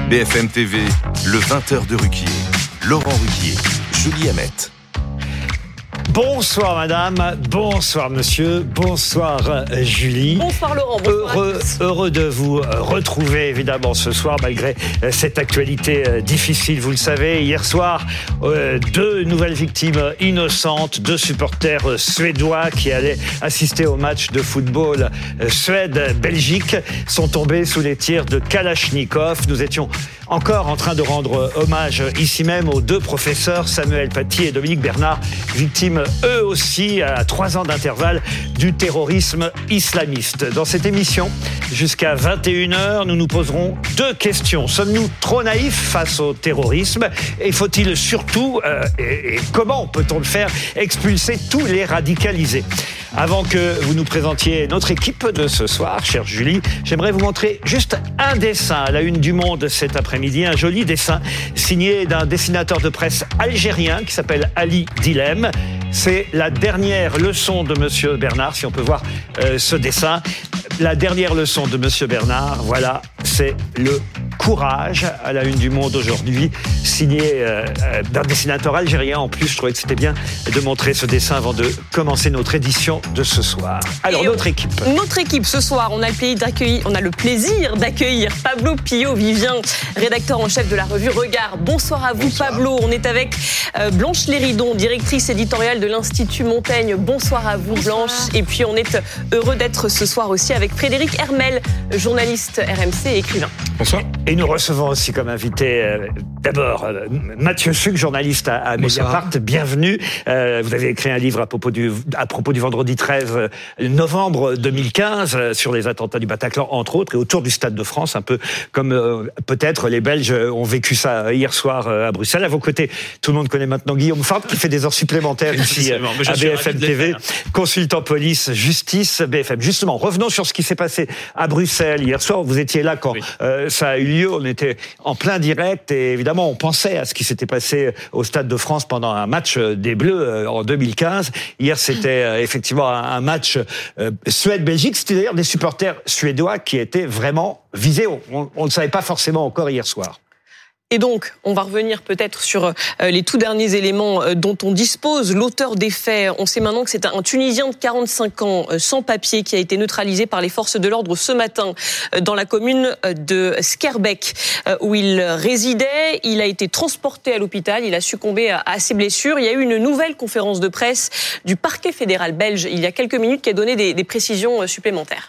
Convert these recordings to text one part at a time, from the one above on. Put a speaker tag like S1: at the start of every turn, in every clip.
S1: BFM TV, le 20h de Ruquier. Laurent Ruquier, Julie Hamet.
S2: Bonsoir madame, bonsoir monsieur, bonsoir Julie.
S3: Bonsoir Laurent, bonsoir
S2: heureux de vous retrouver évidemment ce soir malgré cette actualité difficile. Vous le savez, hier soir, 2 nouvelles victimes innocentes, 2 supporters suédois qui allaient assister au match de football Suède-Belgique sont tombés sous les tirs de Kalachnikov. Nous étions encore en train de rendre hommage ici même aux 2 professeurs, Samuel Paty et Dominique Bernard, victimes eux aussi à 3 ans d'intervalle du terrorisme islamiste. Dans cette émission, jusqu'à 21h, nous nous poserons 2 questions. Sommes-nous trop naïfs face au terrorisme ? Et faut-il surtout, et comment peut-on le faire, expulser tous les radicalisés ? Avant que vous nous présentiez notre équipe de ce soir, chère Julie, j'aimerais vous montrer juste un dessin à la une du Monde cet après-midi, un joli dessin signé d'un dessinateur de presse algérien qui s'appelle Ali Dilem. C'est la dernière leçon de Monsieur Bernard, si on peut voir ce dessin. La dernière leçon de Monsieur Bernard, voilà, c'est le courage à la une du Monde aujourd'hui, signé d'un dessinateur algérien. En plus, je trouvais que c'était bien de montrer ce dessin avant de commencer notre édition de ce soir. Alors, notre équipe.
S3: Notre équipe, ce soir, on a le plaisir d'accueillir Pablo Pio-Vivien, rédacteur en chef de la revue Regard. Bonsoir à vous, bonsoir. Pablo. On est avec Blanche Léridon, directrice éditoriale de l'Institut Montaigne. Bonsoir à vous, bonsoir. Blanche. Et puis, on est heureux d'être ce soir aussi avec Frédéric Hermel, journaliste RMC et écrivain.
S2: Bonsoir. Et nous recevons aussi comme invité d'abord Mathieu Suc, journaliste à Mediapart. Bienvenue. Vous avez écrit un livre à propos du vendredi 13 novembre 2015 sur les attentats du Bataclan, entre autres, et autour du Stade de France, un peu comme peut-être les Belges ont vécu ça hier soir à Bruxelles. À vos côtés, tout le monde connaît maintenant Guillaume Fard, qui fait des heures supplémentaires ici à BFM TV, consultant police, justice, BFM. Justement, revenons sur ce qui s'est passé à Bruxelles hier soir. Vous étiez là quand ça a eu lieu. On était en plein direct et évidemment, on pensait à ce qui s'était passé au Stade de France pendant un match des Bleus en 2015. Hier, c'était effectivement un match Suède-Belgique. C'était d'ailleurs des supporters suédois qui étaient vraiment visés. On ne le savait pas forcément encore hier soir.
S3: Et donc, on va revenir peut-être sur les tout derniers éléments dont on dispose. L'auteur des faits, on sait maintenant que c'est un Tunisien de 45 ans, sans papier, qui a été neutralisé par les forces de l'ordre ce matin dans la commune de Schaerbeek, où il résidait. Il a été transporté à l'hôpital, il a succombé à ses blessures. Il y a eu une nouvelle conférence de presse du parquet fédéral belge, il y a quelques minutes, qui a donné des précisions supplémentaires.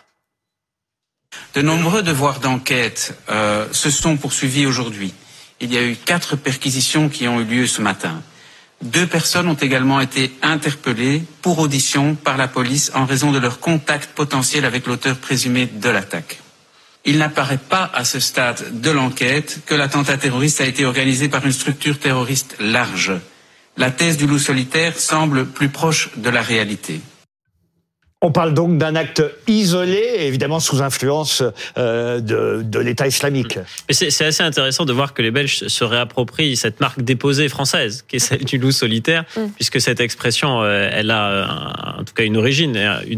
S4: De nombreux devoirs d'enquête se sont poursuivis aujourd'hui. Il y a eu 4 perquisitions qui ont eu lieu ce matin. 2 personnes ont également été interpellées pour audition par la police en raison de leur contact potentiel avec l'auteur présumé de l'attaque. Il n'apparaît pas à ce stade de l'enquête que l'attentat terroriste a été organisé par une structure terroriste large. La thèse du loup solitaire semble plus proche de la réalité.
S2: On parle donc d'un acte isolé, évidemment sous influence de l'État islamique.
S5: Mais c'est assez intéressant de voir que les Belges se réapproprient cette marque déposée française, qui est celle du loup solitaire, puisque cette expression, elle a en tout cas une origine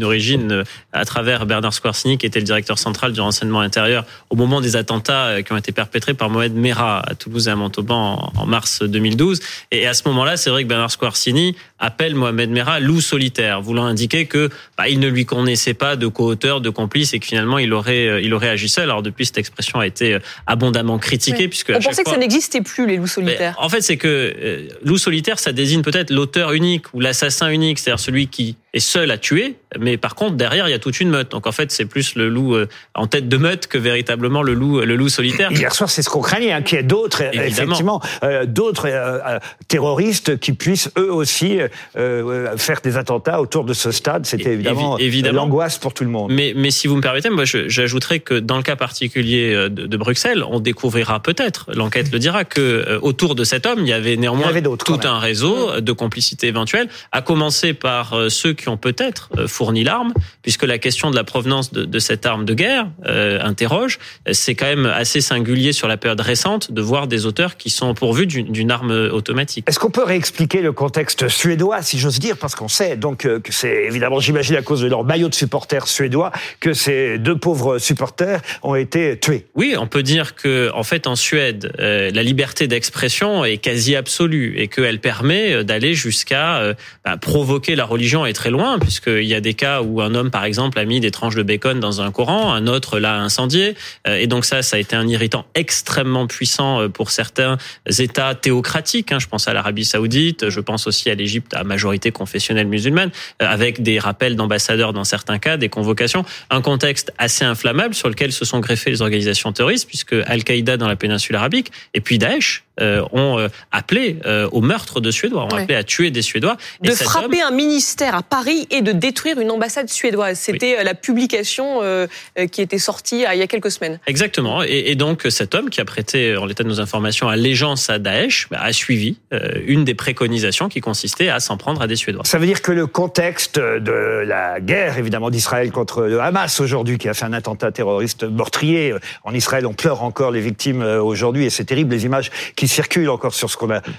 S5: à travers Bernard Squarcini, qui était le directeur central du renseignement intérieur au moment des attentats qui ont été perpétrés par Mohamed Merah à Toulouse et à Montauban en mars 2012. Et à ce moment-là, c'est vrai que Bernard Squarcini appelle Mohamed Merah loup solitaire, voulant indiquer que il ne lui connaissait pas de co-auteur, de complice, et que finalement il aurait agi seul. Alors depuis, cette expression a été abondamment critiquée, puisque
S3: on pensait que ça n'existait plus, les loups solitaires.
S5: En fait, c'est que loup solitaire, ça désigne peut-être l'auteur unique ou l'assassin unique, c'est-à-dire celui qui est seul à tuer, mais par contre derrière il y a toute une meute. Donc en fait, c'est plus le loup en tête de meute que véritablement le loup solitaire.
S2: Hier soir, c'est ce qu'on craignait, qu'il y ait d'autres, effectivement, d'autres terroristes qui puissent eux aussi faire des attentats autour de ce stade. C'était évidemment l'angoisse pour tout le monde.
S5: Mais si vous me permettez, moi j'ajouterais que dans le cas particulier de Bruxelles, on découvrira peut-être, l'enquête le dira, que autour de cet homme, il y avait néanmoins tout un réseau de complicité éventuelle, à commencer par ceux qui ont peut-être fourni l'arme, puisque la question de la provenance de cette arme de guerre interroge. C'est quand même assez singulier sur la période récente de voir des auteurs qui sont pourvus d'une arme automatique.
S2: Est-ce qu'on peut réexpliquer le contexte suédois, si j'ose dire, parce qu'on sait donc que c'est évidemment, j'imagine à cause de leur maillot de supporters suédois, que ces deux pauvres supporters ont été tués.
S5: Oui, on peut dire que en fait en Suède, la liberté d'expression est quasi absolue et qu'elle permet d'aller jusqu'à provoquer la religion et très loin, puisqu'il y a des cas où un homme, par exemple, a mis des tranches de bacon dans un Coran, un autre l'a incendié, et donc ça a été un irritant extrêmement puissant pour certains États théocratiques. Je pense à l'Arabie Saoudite, je pense aussi à l'Égypte à majorité confessionnelle musulmane, avec des rappels d'ambassadeurs dans certains cas, des convocations, un contexte assez inflammable sur lequel se sont greffées les organisations terroristes, puisque Al-Qaïda dans la péninsule arabique et puis Daesh ont appelé au meurtre de Suédois, ont appelé à tuer des Suédois.
S3: De frapper un ministère à Paris et de détruire une ambassade suédoise. C'était la publication qui était sortie il y a quelques semaines.
S5: Exactement. Et donc cet homme qui a prêté, en l'état de nos informations, allégeance à Daesh, a suivi une des préconisations qui consistait à s'en prendre à des Suédois.
S2: Ça veut dire que le contexte de la guerre, évidemment, d'Israël contre le Hamas aujourd'hui, qui a fait un attentat terroriste meurtrier en Israël, on pleure encore les victimes aujourd'hui, et c'est terrible les images qui circulent encore sur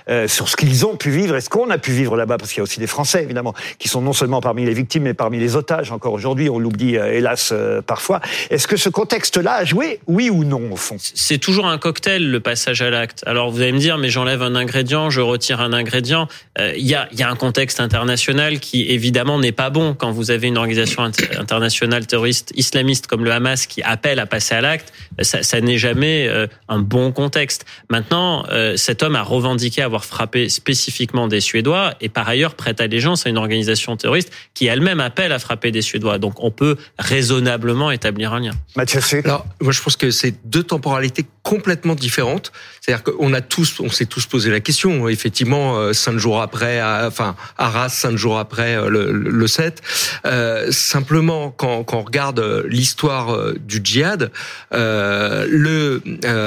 S2: ce qu'ils ont pu vivre et ce qu'on a pu vivre là-bas, parce qu'il y a aussi des Français évidemment qui sont non seulement parmi les victimes mais parmi les otages encore aujourd'hui, on l'oublie hélas parfois. Est-ce que ce contexte-là a joué, oui ou non au fond?
S5: C'est toujours un cocktail, le passage à l'acte. Alors vous allez me dire, mais j'enlève un ingrédient, je retire un ingrédient. Il y a un contexte international qui évidemment n'est pas bon quand vous avez une organisation internationale terroriste islamiste comme le Hamas qui appelle à passer à l'acte. Ça n'est jamais un bon contexte. Maintenant, cet homme a revendiqué avoir frappé spécifiquement des Suédois et par ailleurs prête allégeance à une organisation terroriste qui elle-même appelle à frapper des Suédois. Donc on peut raisonnablement établir un lien.
S2: Mathieu Sucre.
S6: Alors, moi je pense que c'est deux temporalités complètement différentes. C'est-à-dire on s'est tous posé la question. Effectivement, 5 jours après, Arras, 5 jours après le 7. Simplement, quand on regarde l'histoire du djihad, le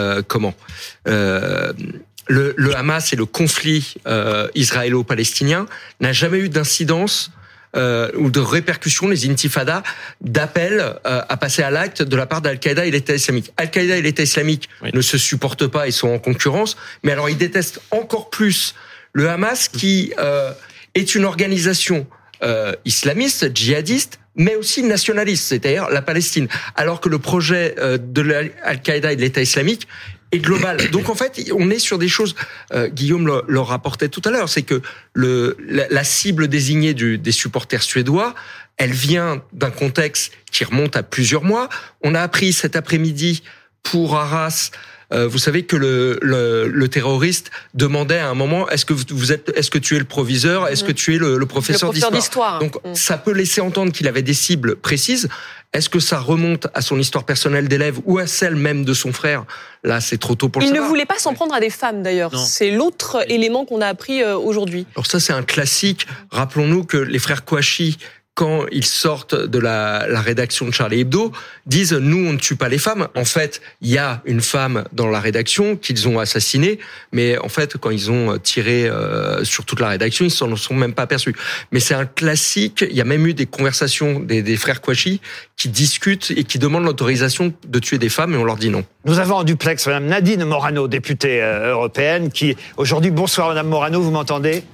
S6: Hamas et le conflit israélo-palestinien n'a jamais eu d'incidence ou de répercussions, les intifadas, d'appel à passer à l'acte de la part d'Al-Qaïda et l'État islamique. Al-Qaïda et l'État islamique ne se supportent pas, ils sont en concurrence, mais alors ils détestent encore plus le Hamas qui est une organisation islamiste, djihadiste, mais aussi nationaliste, c'est-à-dire la Palestine. Alors que le projet de l'Al-Qaïda et de l'État islamique est global. Donc en fait, on est sur des choses, Guillaume le rapportait tout à l'heure, c'est que la cible désignée des supporters suédois, elle vient d'un contexte qui remonte à plusieurs mois. On a appris cet après-midi pour Arras, vous savez que le terroriste demandait à un moment est-ce que tu es le proviseur, est-ce que tu es le professeur d'histoire. Donc ça peut laisser entendre qu'il avait des cibles précises. Est-ce que ça remonte à son histoire personnelle d'élève ou à celle même de son frère? Là, c'est trop tôt pour le savoir.
S3: Il ne voulait pas s'en prendre à des femmes, d'ailleurs. Non. C'est l'autre élément qu'on a appris aujourd'hui.
S6: Alors ça, c'est un classique. Rappelons-nous que les frères Kouachi, quand ils sortent de la rédaction de Charlie Hebdo, disent « Nous, on ne tue pas les femmes ». En fait, il y a une femme dans la rédaction qu'ils ont assassinée, mais en fait, quand ils ont tiré sur toute la rédaction, ils s'en sont même pas aperçus. Mais c'est un classique. Il y a même eu des conversations des frères Kouachi qui discutent et qui demandent l'autorisation de tuer des femmes, et on leur dit non.
S2: Nous avons en duplex Madame Nadine Morano, députée européenne, qui aujourd'hui... Bonsoir Madame Morano, vous m'entendez?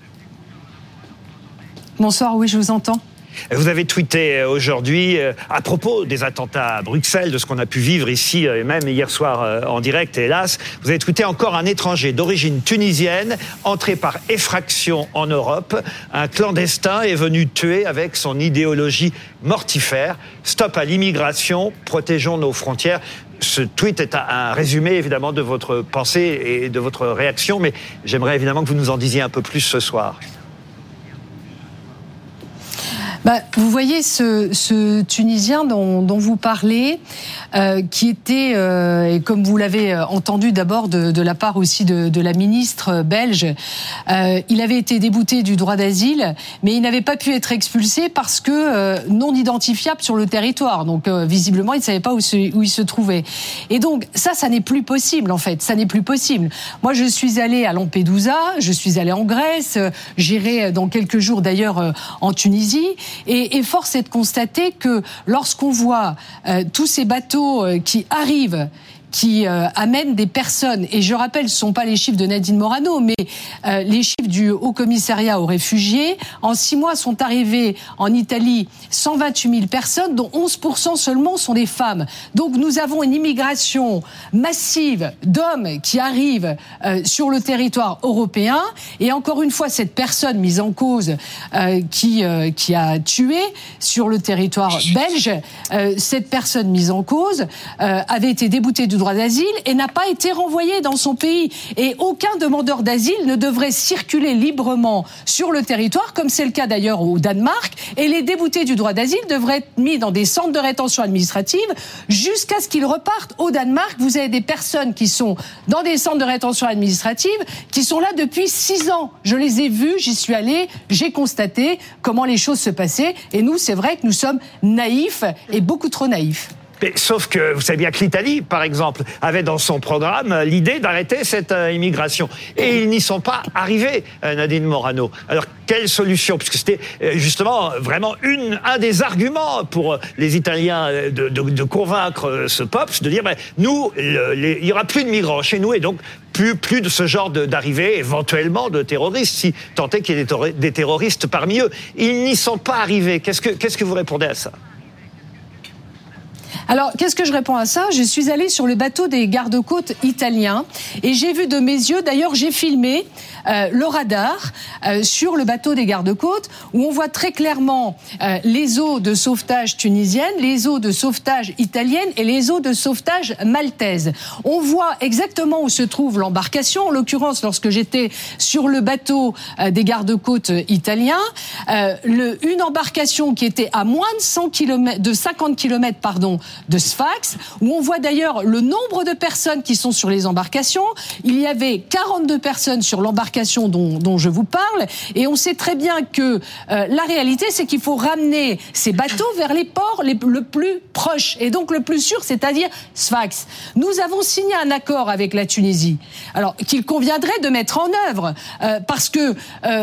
S7: Bonsoir, oui, je vous entends.
S2: Vous avez tweeté aujourd'hui à propos des attentats à Bruxelles, de ce qu'on a pu vivre ici et même hier soir en direct, hélas. Vous avez tweeté encore un étranger d'origine tunisienne entré par effraction en Europe. Un clandestin est venu tuer avec son idéologie mortifère. Stop à l'immigration, protégeons nos frontières. Ce tweet est un résumé évidemment de votre pensée et de votre réaction, mais j'aimerais évidemment que vous nous en disiez un peu plus ce soir.
S7: Vous voyez ce Tunisien dont vous parlez, qui était, et comme vous l'avez entendu d'abord de la part aussi de la ministre belge, il avait été débouté du droit d'asile, mais il n'avait pas pu être expulsé parce que non identifiable sur le territoire. Donc visiblement, il ne savait pas où il se trouvait. Et donc ça n'est plus possible en fait. Ça n'est plus possible. Moi, je suis allée à Lampedusa, je suis allée en Grèce, j'irai dans quelques jours d'ailleurs en Tunisie. Et force est de constater que lorsqu'on voit tous ces bateaux qui arrivent, qui amènent des personnes, et je rappelle, ce ne sont pas les chiffres de Nadine Morano, mais les chiffres du Haut-Commissariat aux réfugiés. En 6 mois sont arrivés en Italie 128 000 personnes, dont 11% seulement sont des femmes. Donc nous avons une immigration massive d'hommes qui arrivent sur le territoire européen. Et encore une fois, cette personne mise en cause qui a tué sur le territoire belge, cette personne mise en cause avait été déboutée du droit d'asile et n'a pas été renvoyé dans son pays. Et aucun demandeur d'asile ne devrait circuler librement sur le territoire, comme c'est le cas d'ailleurs au Danemark, et les déboutés du droit d'asile devraient être mis dans des centres de rétention administrative jusqu'à ce qu'ils repartent. Au Danemark, vous avez des personnes qui sont dans des centres de rétention administrative qui sont là depuis 6 ans. Je les ai vus, j'y suis allée, j'ai constaté comment les choses se passaient. Et nous, c'est vrai que nous sommes naïfs et beaucoup trop naïfs.
S2: Mais, sauf que vous savez bien que l'Italie, par exemple, avait dans son programme l'idée d'arrêter cette immigration. Et ils n'y sont pas arrivés, Nadine Morano. Alors, quelle solution ? Puisque c'était justement vraiment un des arguments pour les Italiens de convaincre ce peuple, de dire, nous, il n'y aura plus de migrants chez nous, et donc plus de ce genre d'arrivée, éventuellement de terroristes, si tant est qu'il y ait des terroristes parmi eux. Ils n'y sont pas arrivés. Qu'est-ce que vous répondez à ça ?
S7: Alors, qu'est-ce que je réponds à ça ? Je suis allée sur le bateau des gardes-côtes italiens et j'ai vu de mes yeux, d'ailleurs j'ai filmé le radar sur le bateau des gardes-côtes où on voit très clairement les eaux de sauvetage tunisiennes, les eaux de sauvetage italiennes et les eaux de sauvetage maltaises. On voit exactement où se trouve l'embarcation. En l'occurrence, lorsque j'étais sur le bateau des gardes-côtes italiens, une embarcation qui était à moins de 50 km de Sfax, où on voit d'ailleurs le nombre de personnes qui sont sur les embarcations. Il y avait 42 personnes sur l'embarcation dont je vous parle, et on sait très bien que la réalité, c'est qu'il faut ramener ces bateaux vers les ports le plus proches, et donc le plus sûr, c'est-à-dire Sfax. Nous avons signé un accord avec la Tunisie, alors qu'il conviendrait de mettre en œuvre, parce que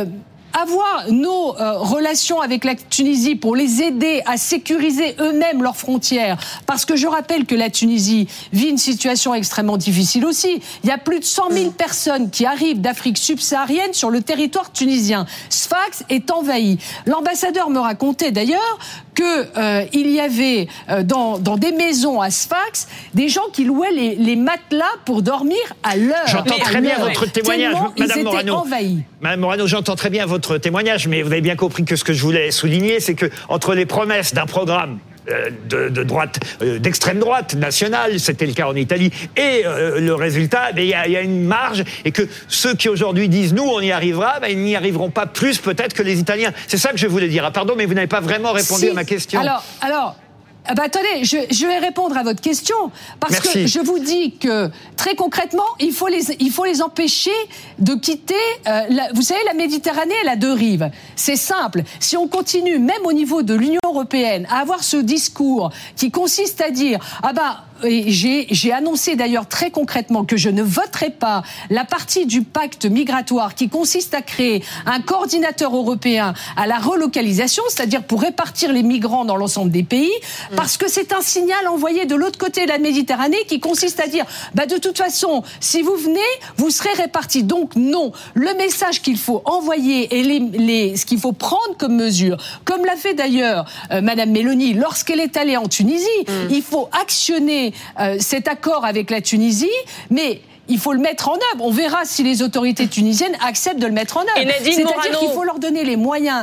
S7: avoir nos relations avec la Tunisie pour les aider à sécuriser eux-mêmes leurs frontières, parce que je rappelle que la Tunisie vit une situation extrêmement difficile aussi. Il y a plus de 100 000 personnes qui arrivent d'Afrique subsaharienne sur le territoire tunisien. Sfax est envahi. L'ambassadeur me racontait d'ailleurs qu'il y avait dans des maisons à Sfax des gens qui louaient les matelas pour dormir à l'heure.
S2: J'entends très bien votre témoignage, Madame Morano.
S7: Envahis.
S2: Madame Morano, j'entends très bien votre témoignage, mais vous avez bien compris que ce que je voulais souligner, c'est que entre les promesses d'un programme de droite, d'extrême droite nationale, c'était le cas en Italie, et le résultat, il y a une marge, et que ceux qui aujourd'hui disent nous on y arrivera, ils n'y arriveront pas plus peut-être que les Italiens. C'est ça que je voulais dire. Ah, pardon, mais vous n'avez pas vraiment répondu à ma question.
S7: Alors. Attendez, je vais répondre à votre question parce que je vous dis que très concrètement, il faut les empêcher de quitter. Vous savez, la Méditerranée, elle a 2 rives. C'est simple. Si on continue, même au niveau de l'Union européenne, à avoir ce discours qui consiste à dire et j'ai annoncé d'ailleurs très concrètement que je ne voterai pas la partie du pacte migratoire qui consiste à créer un coordinateur européen à la relocalisation, c'est-à-dire pour répartir les migrants dans l'ensemble des pays, parce que c'est un signal envoyé de l'autre côté de la Méditerranée qui consiste à dire de toute façon, si vous venez, vous serez répartis. Donc non, le message qu'il faut envoyer et ce qu'il faut prendre comme mesure, comme l'a fait d'ailleurs Madame Meloni lorsqu'elle est allée en Tunisie, il faut actionner cet accord avec la Tunisie, mais il faut le mettre en œuvre. On verra si les autorités tunisiennes acceptent de le mettre en œuvre. C'est-à-dire qu'il faut leur donner les moyens.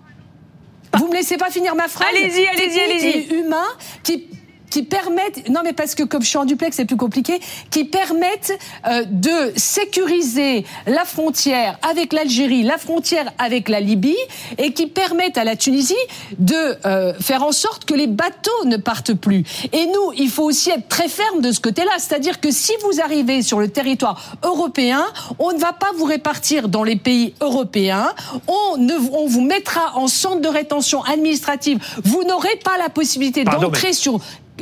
S7: Vous me laissez pas finir ma phrase ?
S3: Allez-y.
S7: Humains qui permettent, non mais parce que comme je suis en duplex c'est plus compliqué, qui permettent de sécuriser la frontière avec l'Algérie, la frontière avec la Libye, et qui permettent à la Tunisie de faire en sorte que les bateaux ne partent plus. Et nous, il faut aussi être très ferme de ce côté-là, c'est-à-dire que si vous arrivez sur le territoire européen, on ne va pas vous répartir dans les pays européens, on vous mettra en centre de rétention administrative, vous n'aurez pas la possibilité d'entrer sur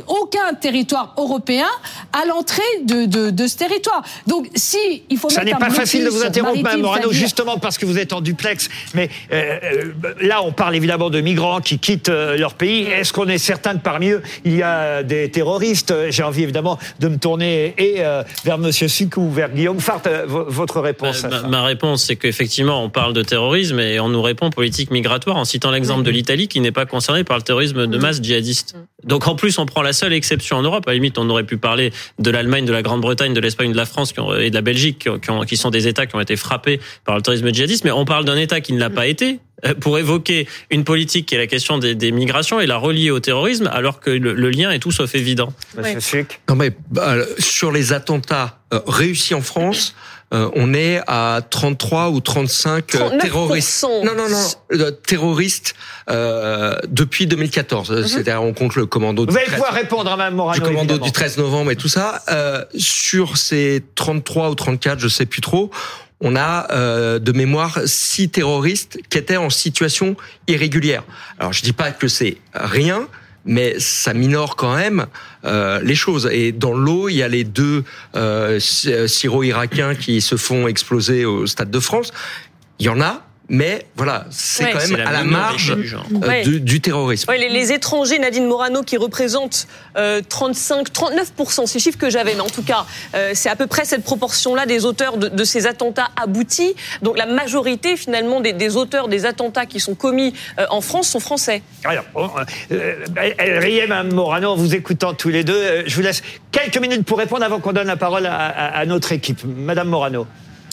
S7: aucun territoire européen à l'entrée de ce territoire. Donc, si il faut
S2: ça
S7: mettre
S2: n'est pas facile de vous interrompre, Mme Morano,
S7: c'est-à-dire...
S2: justement parce que vous êtes en duplex. Mais là, on parle évidemment de migrants qui quittent leur pays. Est-ce qu'on est certain que parmi eux, il y a des terroristes? J'ai envie évidemment de me tourner vers Monsieur Suc ou vers Guillaume Fart. Votre réponse?
S5: Ma réponse, c'est qu'effectivement, on parle de terrorisme et on nous répond politique migratoire en citant l'exemple de l'Italie qui n'est pas concernée par le terrorisme de masse djihadiste. Donc en plus, on prend la seule exception en Europe. À la limite, on aurait pu parler de l'Allemagne, de la Grande-Bretagne, de l'Espagne, de la France et de la Belgique qui sont des États qui ont été frappés par le terrorisme djihadiste. Mais on parle d'un État qui ne l'a pas été pour évoquer une politique qui est la question des migrations et la relier au terrorisme alors que le lien est tout sauf évident.
S2: Monsieur Suc.
S6: Non mais sur les attentats réussis en France, on est à 33 ou 35 terroristes. Terroristes depuis 2014. C'est-à-dire on compte le commando.
S2: Vous allez pouvoir répondre à Mme Morano.
S6: Du commando
S2: évidemment.
S6: du 13 novembre et tout ça. Sur ces 33 ou 34, je sais plus trop. On a de mémoire 6 terroristes qui étaient en situation irrégulière. Alors je dis pas que c'est rien, mais ça minore quand même les choses. Et dans l'eau, il y a les 2 Syro-Irakiens qui se font exploser au Stade de France. Il y en a. Mais voilà, c'est quand même à la marge du terrorisme.
S3: Ouais, les étrangers, Nadine Morano, qui représentent 35-39%, c'est le chiffre que j'avais, mais en tout cas, c'est à peu près cette proportion-là des auteurs de ces attentats aboutis. Donc la majorité, finalement, des auteurs des attentats qui sont commis en France sont français.
S2: Alors, elle riait, Mme Morano, en vous écoutant tous les deux. Je vous laisse quelques minutes pour répondre avant qu'on donne la parole à notre équipe. Madame Morano.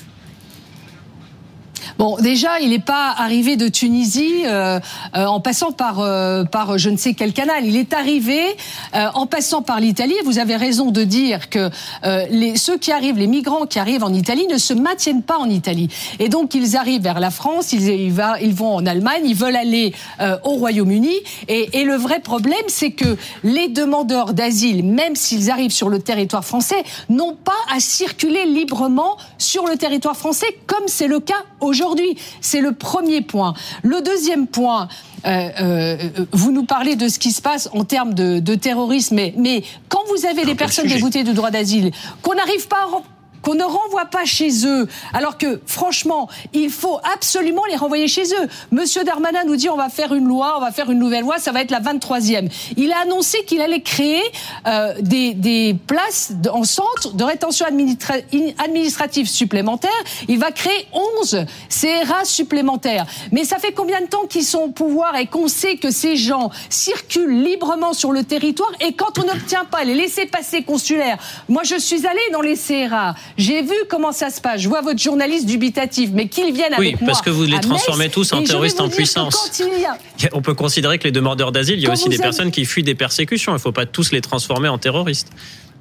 S7: Bon, déjà, il n'est pas arrivé de Tunisie en passant par je ne sais quel canal. Il est arrivé en passant par l'Italie. Vous avez raison de dire que ceux qui arrivent, les migrants qui arrivent en Italie, ne se maintiennent pas en Italie. Et donc, ils arrivent vers la France, ils vont en Allemagne, ils veulent aller au Royaume-Uni. Et le vrai problème, c'est que les demandeurs d'asile, même s'ils arrivent sur le territoire français, n'ont pas à circuler librement sur le territoire français, comme c'est le cas aujourd'hui. C'est le premier point. Le deuxième point, vous nous parlez de ce qui se passe en termes de terrorisme, mais quand vous avez des personnes déboutées du droit d'asile, qu'on ne renvoie pas chez eux, alors que, franchement, il faut absolument les renvoyer chez eux. Monsieur Darmanin nous dit on va faire une nouvelle loi, ça va être la 23e. Il a annoncé qu'il allait créer des places en centre de rétention administrative supplémentaires. Il va créer 11 CRA supplémentaires. Mais ça fait combien de temps qu'ils sont au pouvoir et qu'on sait que ces gens circulent librement sur le territoire, et quand on n'obtient pas les laissez-passer consulaires, moi je suis allée dans les CRA, j'ai vu comment ça se passe. Je vois votre journaliste dubitatif, mais qu'ils viennent avec moi.
S5: Oui, parce que vous les transformez tous en terroristes en puissance. On peut considérer que les demandeurs d'asile, il y a aussi des personnes qui fuient des persécutions. Il ne faut pas tous les transformer en terroristes.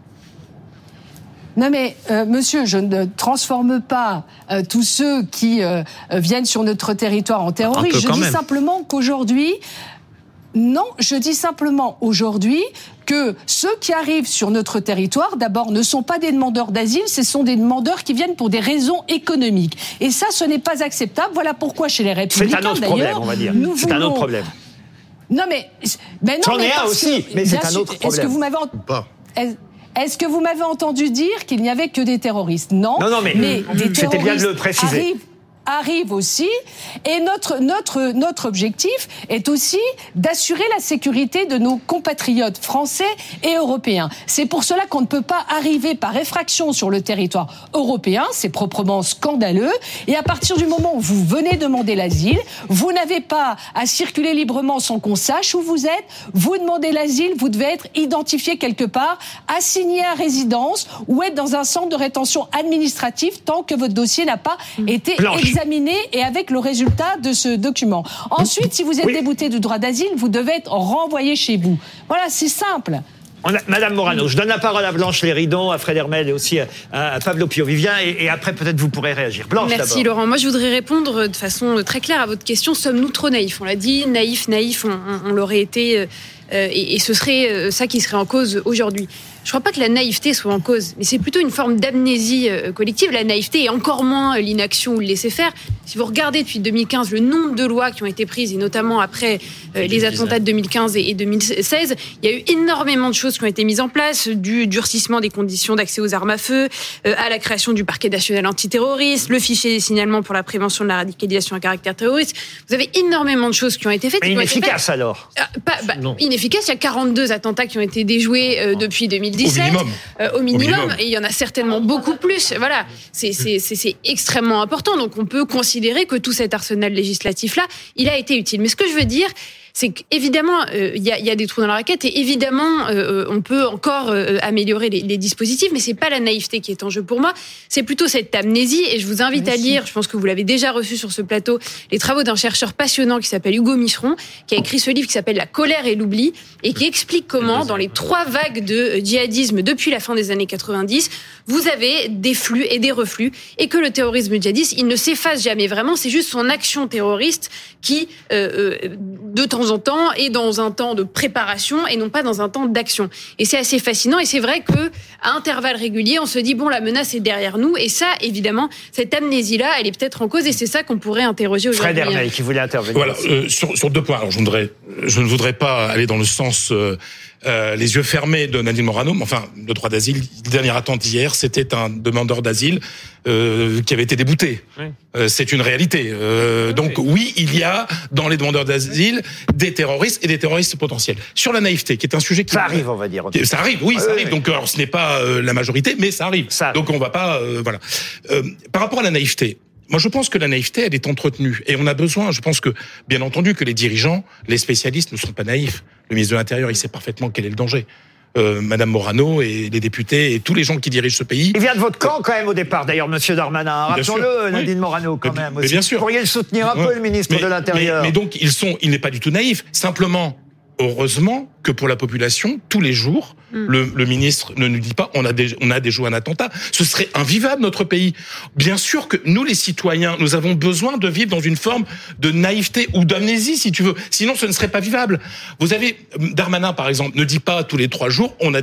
S7: Non mais, monsieur, je ne transforme pas tous ceux qui viennent sur notre territoire en terroristes. Je dis simplement qu'aujourd'hui... Non, je dis simplement aujourd'hui que ceux qui arrivent sur notre territoire, d'abord, ne sont pas des demandeurs d'asile, ce sont des demandeurs qui viennent pour des raisons économiques. Et ça, ce n'est pas acceptable. Voilà pourquoi chez les Républicains,
S2: c'est un autre problème, on va dire. C'est un autre problème.
S7: Non, mais non.
S2: C'en est un aussi, mais c'est un autre problème.
S7: Est-ce que vous m'avez Est-ce que vous m'avez entendu dire qu'il n'y avait que des terroristes ? Non.
S2: Non, mais
S7: des
S2: c'était bien de le préciser.
S7: Arrive aussi, et notre objectif est aussi d'assurer la sécurité de nos compatriotes français et européens. C'est pour cela qu'on ne peut pas arriver par effraction sur le territoire européen, c'est proprement scandaleux, et à partir du moment où vous venez demander l'asile, vous n'avez pas à circuler librement sans qu'on sache où vous êtes, vous demandez l'asile, vous devez être identifié quelque part, assigné à résidence ou être dans un centre de rétention administrative tant que votre dossier n'a pas été examiné et avec le résultat de ce document. Ensuite, si vous êtes débouté du droit d'asile, vous devez être renvoyé chez vous. Voilà, c'est simple.
S2: Madame Morano, je donne la parole à Blanche Léridon, à Fred Hermel et aussi à Pablo Pio-Vivien, et après peut-être vous pourrez réagir. Blanche,
S8: merci
S2: d'abord.
S8: Laurent. Moi je voudrais répondre de façon très claire à votre question. Sommes-nous trop naïfs ? On l'a dit, naïfs, on l'aurait été et ce serait ça qui serait en cause aujourd'hui. Je ne crois pas que la naïveté soit en cause, mais c'est plutôt une forme d'amnésie collective. La naïveté et encore moins l'inaction ou le laisser-faire. Si vous regardez depuis 2015 le nombre de lois qui ont été prises, et notamment après les attentats de 2015 et 2016, il y a eu énormément de choses qui ont été mises en place, du durcissement des conditions d'accès aux armes à feu, à la création du parquet national antiterroriste, le fichier des signalements pour la prévention de la radicalisation à caractère terroriste. Vous avez énormément de choses qui ont été faites.
S2: Mais inefficace alors.
S8: Inefficace, il y a 42 attentats qui ont été déjoués depuis 2017. Au minimum. Et il y en a certainement beaucoup plus. Voilà, c'est extrêmement important. Donc on peut considérer que tout cet arsenal législatif-là, il a été utile. Mais ce que je veux dire, c'est qu'évidemment, il y a des trous dans la raquette et évidemment, on peut encore améliorer les dispositifs, mais c'est pas la naïveté qui est en jeu pour moi, c'est plutôt cette amnésie. Et je vous invite à lire, je pense que vous l'avez déjà reçu sur ce plateau, les travaux d'un chercheur passionnant qui s'appelle Hugo Micheron, qui a écrit ce livre qui s'appelle La colère et l'oubli, et qui explique comment, dans les 3 vagues de djihadisme depuis la fin des années 90, vous avez des flux et des reflux, et que le terrorisme djihadiste, il ne s'efface jamais vraiment, c'est juste son action terroriste qui, de temps en temps, est dans un temps de préparation et non pas dans un temps d'action. Et c'est assez fascinant, et c'est vrai que à intervalles réguliers, on se dit bon, la menace est derrière nous, et ça, évidemment, cette amnésie-là, elle est peut-être en cause, et c'est ça qu'on pourrait interroger aujourd'hui.
S2: Fred Hermel qui voulait intervenir.
S9: Voilà, sur 2 points. Alors, je ne voudrais pas aller dans le sens les yeux fermés de Nadine Morano, mais enfin, le droit d'asile, dernière attente hier, c'était un demandeur d'asile qui avait été débouté. Oui. C'est une réalité. Donc oui, il y a dans les demandeurs d'asile des terroristes et des terroristes potentiels. Sur la naïveté, qui est un sujet qui...
S2: Ça arrive, on va dire.
S9: Ça arrive, oui, ça arrive. Donc alors, ce n'est pas la majorité, mais ça arrive. Donc on va pas... voilà. Par rapport à la naïveté, moi, je pense que la naïveté, elle est entretenue. Et on a besoin, je pense que, bien entendu, que les dirigeants, les spécialistes ne sont pas naïfs. Le ministre de l'Intérieur, il sait parfaitement quel est le danger. Madame Morano et les députés et tous les gens qui dirigent ce pays.
S2: Il vient de votre camp quand même au départ, d'ailleurs, Monsieur Darmanin. Rappelons-le, Nadine Morano, quand même.
S9: Mais bien sûr.
S2: Vous pourriez le soutenir un peu, le ministre de l'Intérieur.
S9: Mais donc, il n'est pas du tout naïf. Simplement, heureusement que pour la population, tous les jours, le ministre ne nous dit pas on a déjoué un attentat. Ce serait invivable, notre pays. Bien sûr que nous, les citoyens, nous avons besoin de vivre dans une forme de naïveté ou d'amnésie, si tu veux. Sinon, ce ne serait pas vivable. Vous avez, Darmanin, par exemple, ne dit pas tous les 3 jours on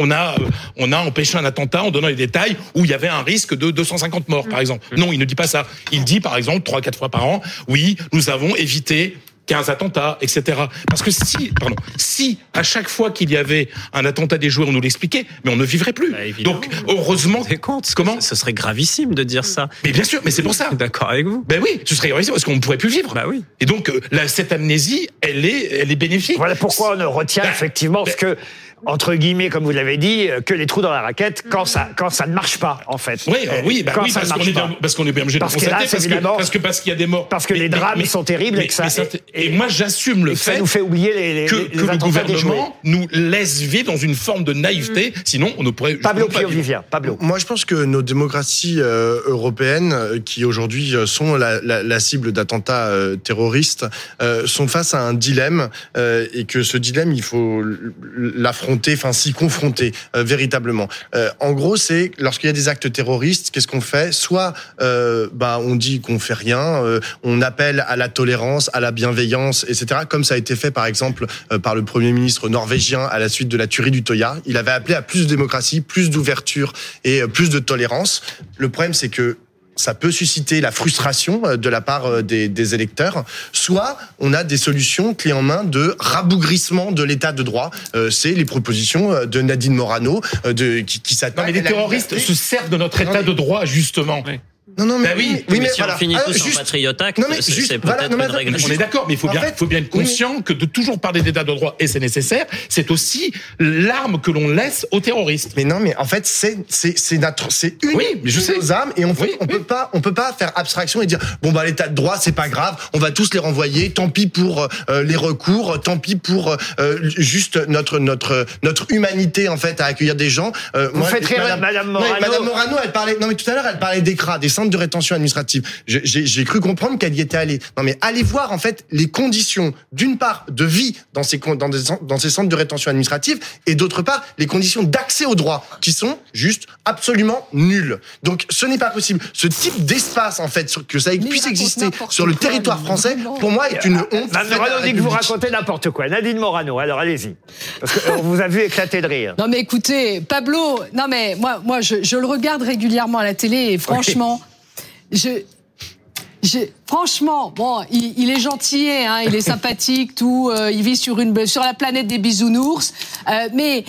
S9: a empêché un attentat en donnant les détails où il y avait un risque de 250 morts, par exemple. Non, il ne dit pas ça. Il dit, par exemple, 3-4 fois par an, oui, nous avons évité 15 attentats, etc. Parce que si à chaque fois qu'il y avait un attentat déjoué, on nous l'expliquait, mais on ne vivrait plus. Donc, heureusement...
S5: Comment ce serait gravissime de dire ça.
S9: Mais bien sûr, mais c'est pour ça.
S5: D'accord avec vous.
S9: Ben oui, ce serait gravissime parce qu'on ne pourrait plus vivre.
S5: Bah oui.
S9: Et donc, cette amnésie, elle est bénéfique.
S2: Voilà pourquoi on ne retient effectivement ce que... entre guillemets, comme vous l'avez dit, que les trous dans la raquette quand ça ne marche pas, en fait.
S9: Oui, parce qu'on est bien obligé de constater, parce qu'il y a des morts.
S2: Parce que les drames sont terribles
S9: et moi, j'assume le fait
S2: ça nous fait oublier
S9: que le gouvernement nous laisse vivre dans une forme de naïveté, sinon on ne pourrait
S2: Pablo Piovivien. Pablo.
S10: Moi, je pense que nos démocraties européennes, qui aujourd'hui sont la cible d'attentats terroristes, sont face à un dilemme, et que ce dilemme, il faut l'affronter, s'y confronter véritablement. En gros, c'est lorsqu'il y a des actes terroristes, qu'est-ce qu'on fait ? Soit on dit qu'on fait rien, on appelle à la tolérance, à la bienveillance, etc. Comme ça a été fait par exemple par le Premier ministre norvégien à la suite de la tuerie d'Utøya. Il avait appelé à plus de démocratie, plus d'ouverture et plus de tolérance. Le problème, c'est que ça peut susciter la frustration de la part des électeurs. Soit on a des solutions clés en main de rabougrissement de l'état de droit. C'est les propositions de Nadine Morano qui s'attaquent.
S9: Non, mais les terroristes se servent de notre état de droit, justement. Oui.
S10: Non, mais
S5: mais si on finit tous en Patriot Act, c'est peut-être une régression.
S9: On est d'accord, mais il faut bien être conscient que de toujours parler d'état de droit, et c'est nécessaire, c'est aussi l'arme que l'on laisse aux terroristes.
S10: Mais non, mais en fait, c'est une de nos armes, et on peut pas faire abstraction et dire l'état de droit, c'est pas grave, on va tous les renvoyer, tant pis pour les recours, tant pis pour juste notre humanité en fait à accueillir des gens.
S2: Vous faites rire Madame Morano.
S10: Madame Morano, elle parlait tout à l'heure, elle parlait d'écras, des 5 centres de rétention administrative. J'ai cru comprendre qu'elle y était allée. Non, mais allez voir en fait les conditions, d'une part, de vie dans ces centres de rétention administrative, et d'autre part, les conditions d'accès aux droits, qui sont juste absolument nulles. Donc, ce n'est pas possible. Ce type d'espace, en fait, que ça puisse exister sur le territoire français, pour moi, est une honte.
S2: Mme Morano dit que vous racontez n'importe quoi. Nadine Morano, alors allez-y. Parce qu'on vous a vu éclater de rire.
S7: Non, mais écoutez, Pablo, non, mais moi je le regarde régulièrement à la télé, et franchement, franchement, bon, il est gentil, hein, il est sympathique, tout, il vit sur la planète des bisounours, mais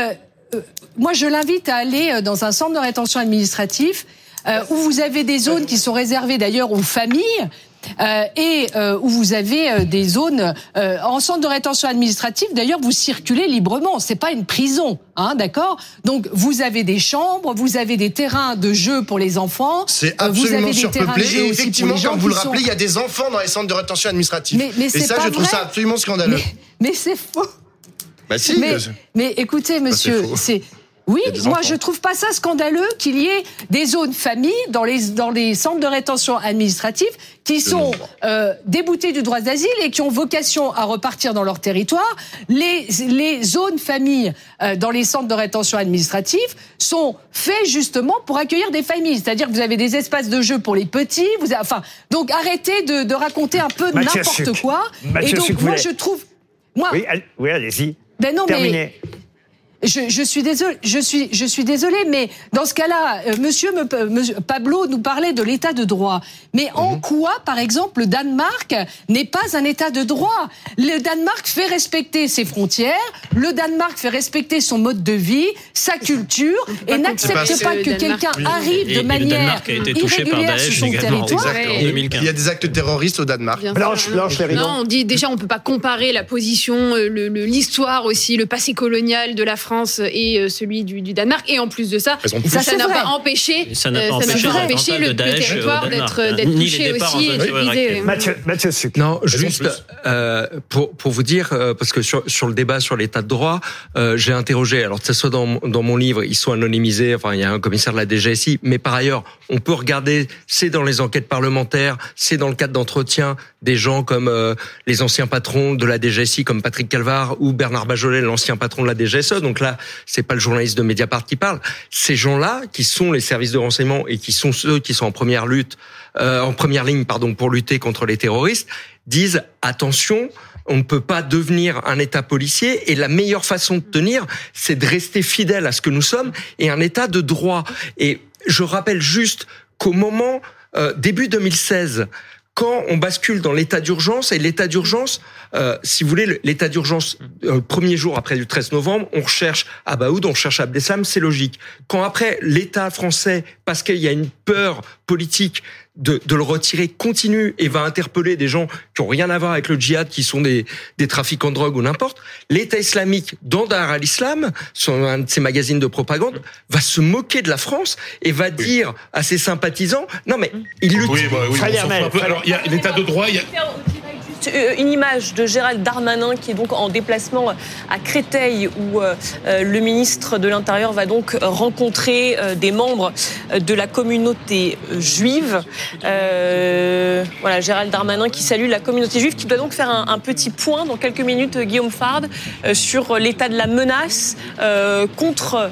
S7: moi je l'invite à aller dans un centre de rétention administratif où vous avez des zones qui sont réservées d'ailleurs aux familles. Et où vous avez des zones en centre de rétention administrative. D'ailleurs, vous circulez librement. C'est pas une prison, hein, d'accord. Donc, vous avez des chambres, vous avez des terrains de jeu pour les enfants.
S10: C'est absolument surpeuplé. Et effectivement, comme vous le rappelez, il y a des enfants dans les centres de rétention administrative.
S7: Mais
S10: et ça, je trouve ça absolument scandaleux.
S7: Mais c'est faux.
S10: Bah si.
S7: Mais écoutez, monsieur, c'est oui, moi je trouve pas ça scandaleux qu'il y ait des zones familles dans les centres de rétention administrative qui sont déboutés du droit d'asile et qui ont vocation à repartir dans leur territoire. Les zones familles dans les centres de rétention administrative sont faits justement pour accueillir des familles. C'est-à-dire que vous avez des espaces de jeu pour les petits. Donc arrêtez de raconter un peu n'importe quoi. Et donc moi je trouve...
S2: Oui, allez-y.
S7: Ben non,
S2: terminez.
S7: Mais... Je suis désolée, mais dans ce cas-là, monsieur Pablo nous parlait de l'état de droit. Mais en quoi, par exemple, le Danemark n'est pas un état de droit? Le Danemark fait respecter ses frontières, le Danemark fait respecter son mode de vie, sa culture, et n'accepte pas que quelqu'un arrive de manière irrégulière sur son territoire.
S10: Il y a des actes terroristes au Danemark.
S2: Blanche,
S8: non, on dit déjà on peut pas comparer la position, l'histoire aussi, le passé colonial de la France et celui du Danemark, et en plus de ça, ça n'a pas empêché le territoire d'être touché aussi et divisé.
S2: Mathieu Sucre.
S6: Non, juste pour vous dire, parce que sur le débat sur l'état de droit, j'ai interrogé, alors que ce soit dans mon livre, ils sont anonymisés, enfin il y a un commissaire de la DGSI, mais par ailleurs, on peut regarder, c'est dans les enquêtes parlementaires, c'est dans le cadre d'entretien des gens comme les anciens patrons de la DGSI, comme Patrick Calvar ou Bernard Bajolet, l'ancien patron de la DGSE. Donc là, c'est pas le journaliste de Mediapart qui parle. Ces gens-là, qui sont les services de renseignement et qui sont ceux qui sont en première ligne, pour lutter contre les terroristes, disent attention, on ne peut pas devenir un État policier, et la meilleure façon de tenir, c'est de rester fidèle à ce que nous sommes et un État de droit. Et je rappelle juste qu'au moment début 2016, quand on bascule dans l'état d'urgence, et l'état d'urgence, si vous voulez, l'état d'urgence, premier jour après le 13 novembre, on recherche Abaoud, on recherche Abdeslam, c'est logique. Quand après l'État français, parce qu'il y a une peur politique de le retirer, continue et va interpeller des gens qui ont rien à voir avec le djihad, qui sont des trafiquants de drogue ou n'importe, l'État islamique, dans Dar al-Islam, sur un de ses magazines de propagande, va se moquer de la France et va dire à ses sympathisants, non mais il le tue.
S9: Alors, il y a l'état de droit, il y a...
S3: Une image de Gérald Darmanin qui est donc en déplacement à Créteil, où le ministre de l'Intérieur va donc rencontrer des membres de la communauté juive. Voilà, Gérald Darmanin qui salue la communauté juive, qui doit donc faire un petit point dans quelques minutes, Guillaume Fard, sur l'état de la menace contre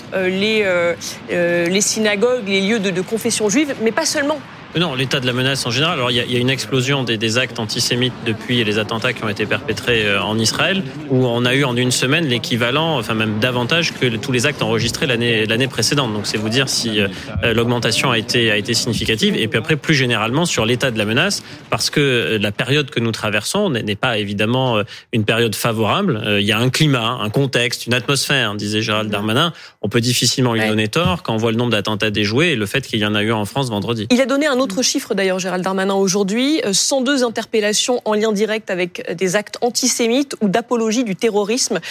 S3: les synagogues, les lieux de confession juive, mais pas seulement.
S5: Non, l'état de la menace en général. Alors, il y a une explosion des actes antisémites depuis les attentats qui ont été perpétrés en Israël, où on a eu en une semaine l'équivalent, enfin même davantage que tous les actes enregistrés l'année précédente. Donc, c'est vous dire si l'augmentation a été significative. Et puis après, plus généralement, sur l'état de la menace, parce que la période que nous traversons n'est pas évidemment une période favorable. Il y a un climat, un contexte, une atmosphère, disait Gérald Darmanin. On peut difficilement lui donner tort quand on voit le nombre d'attentats déjoués et le fait qu'il y en a eu en France vendredi.
S3: Il a donné un autre chiffre d'ailleurs, Gérald Darmanin, aujourd'hui, 102 interpellations en lien direct avec des actes antisémites ou d'apologie du terrorisme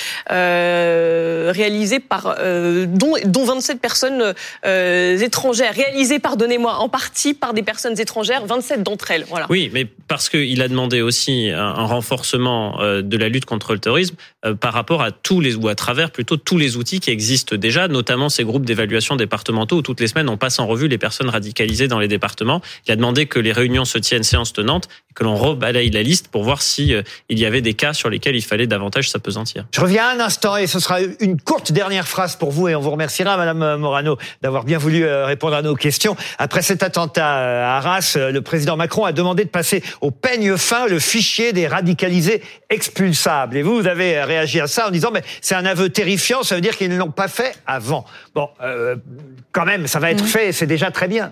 S3: réalisés dont 27 personnes étrangères, réalisées, pardonnez-moi, en partie par des personnes étrangères, 27 d'entre elles. Voilà.
S5: Oui, mais parce qu'il a demandé aussi un renforcement de la lutte contre le terrorisme par rapport à tous les outils qui existent déjà, notamment ces groupes d'évaluation départementaux où toutes les semaines on passe en revue les personnes radicalisées dans les départements. président. Il a demandé que les réunions se tiennent séance tenante et que l'on rebalaye la liste pour voir si il y avait des cas sur lesquels il fallait davantage s'appesantir.
S2: Je reviens un instant et ce sera une courte dernière phrase pour vous et on vous remerciera, Madame Morano, d'avoir bien voulu répondre à nos questions. Après cet attentat à Arras, le président Macron a demandé de passer au peigne fin le fichier des radicalisés expulsables. Et vous avez réagi à ça en disant mais c'est un aveu terrifiant, ça veut dire qu'ils ne l'ont pas fait avant. Bon, quand même, ça va être fait et c'est déjà très bien.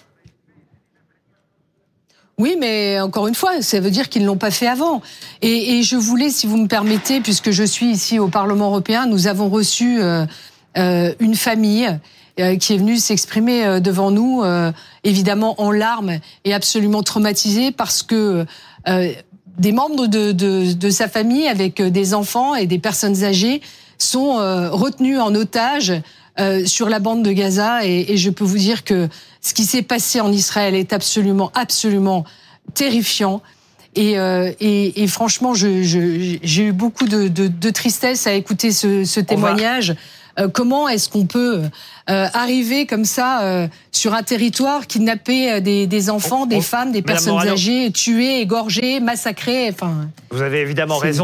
S7: Oui, mais encore une fois, ça veut dire qu'ils ne l'ont pas fait avant. Et je voulais, si vous me permettez, puisque je suis ici au Parlement européen, nous avons reçu une famille qui est venue s'exprimer devant nous, évidemment en larmes et absolument traumatisée parce que des membres de sa famille avec des enfants et des personnes âgées sont retenus en otage sur la bande de Gaza et je peux vous dire que ce qui s'est passé en Israël est absolument terrifiant et franchement j'ai eu beaucoup de tristesse à écouter ce témoignage. Comment est-ce qu'on peut arriver comme ça sur un territoire, kidnapper des enfants, des femmes, des personnes âgées, tuer, égorger, massacrer, enfin.
S2: Vous avez évidemment raison.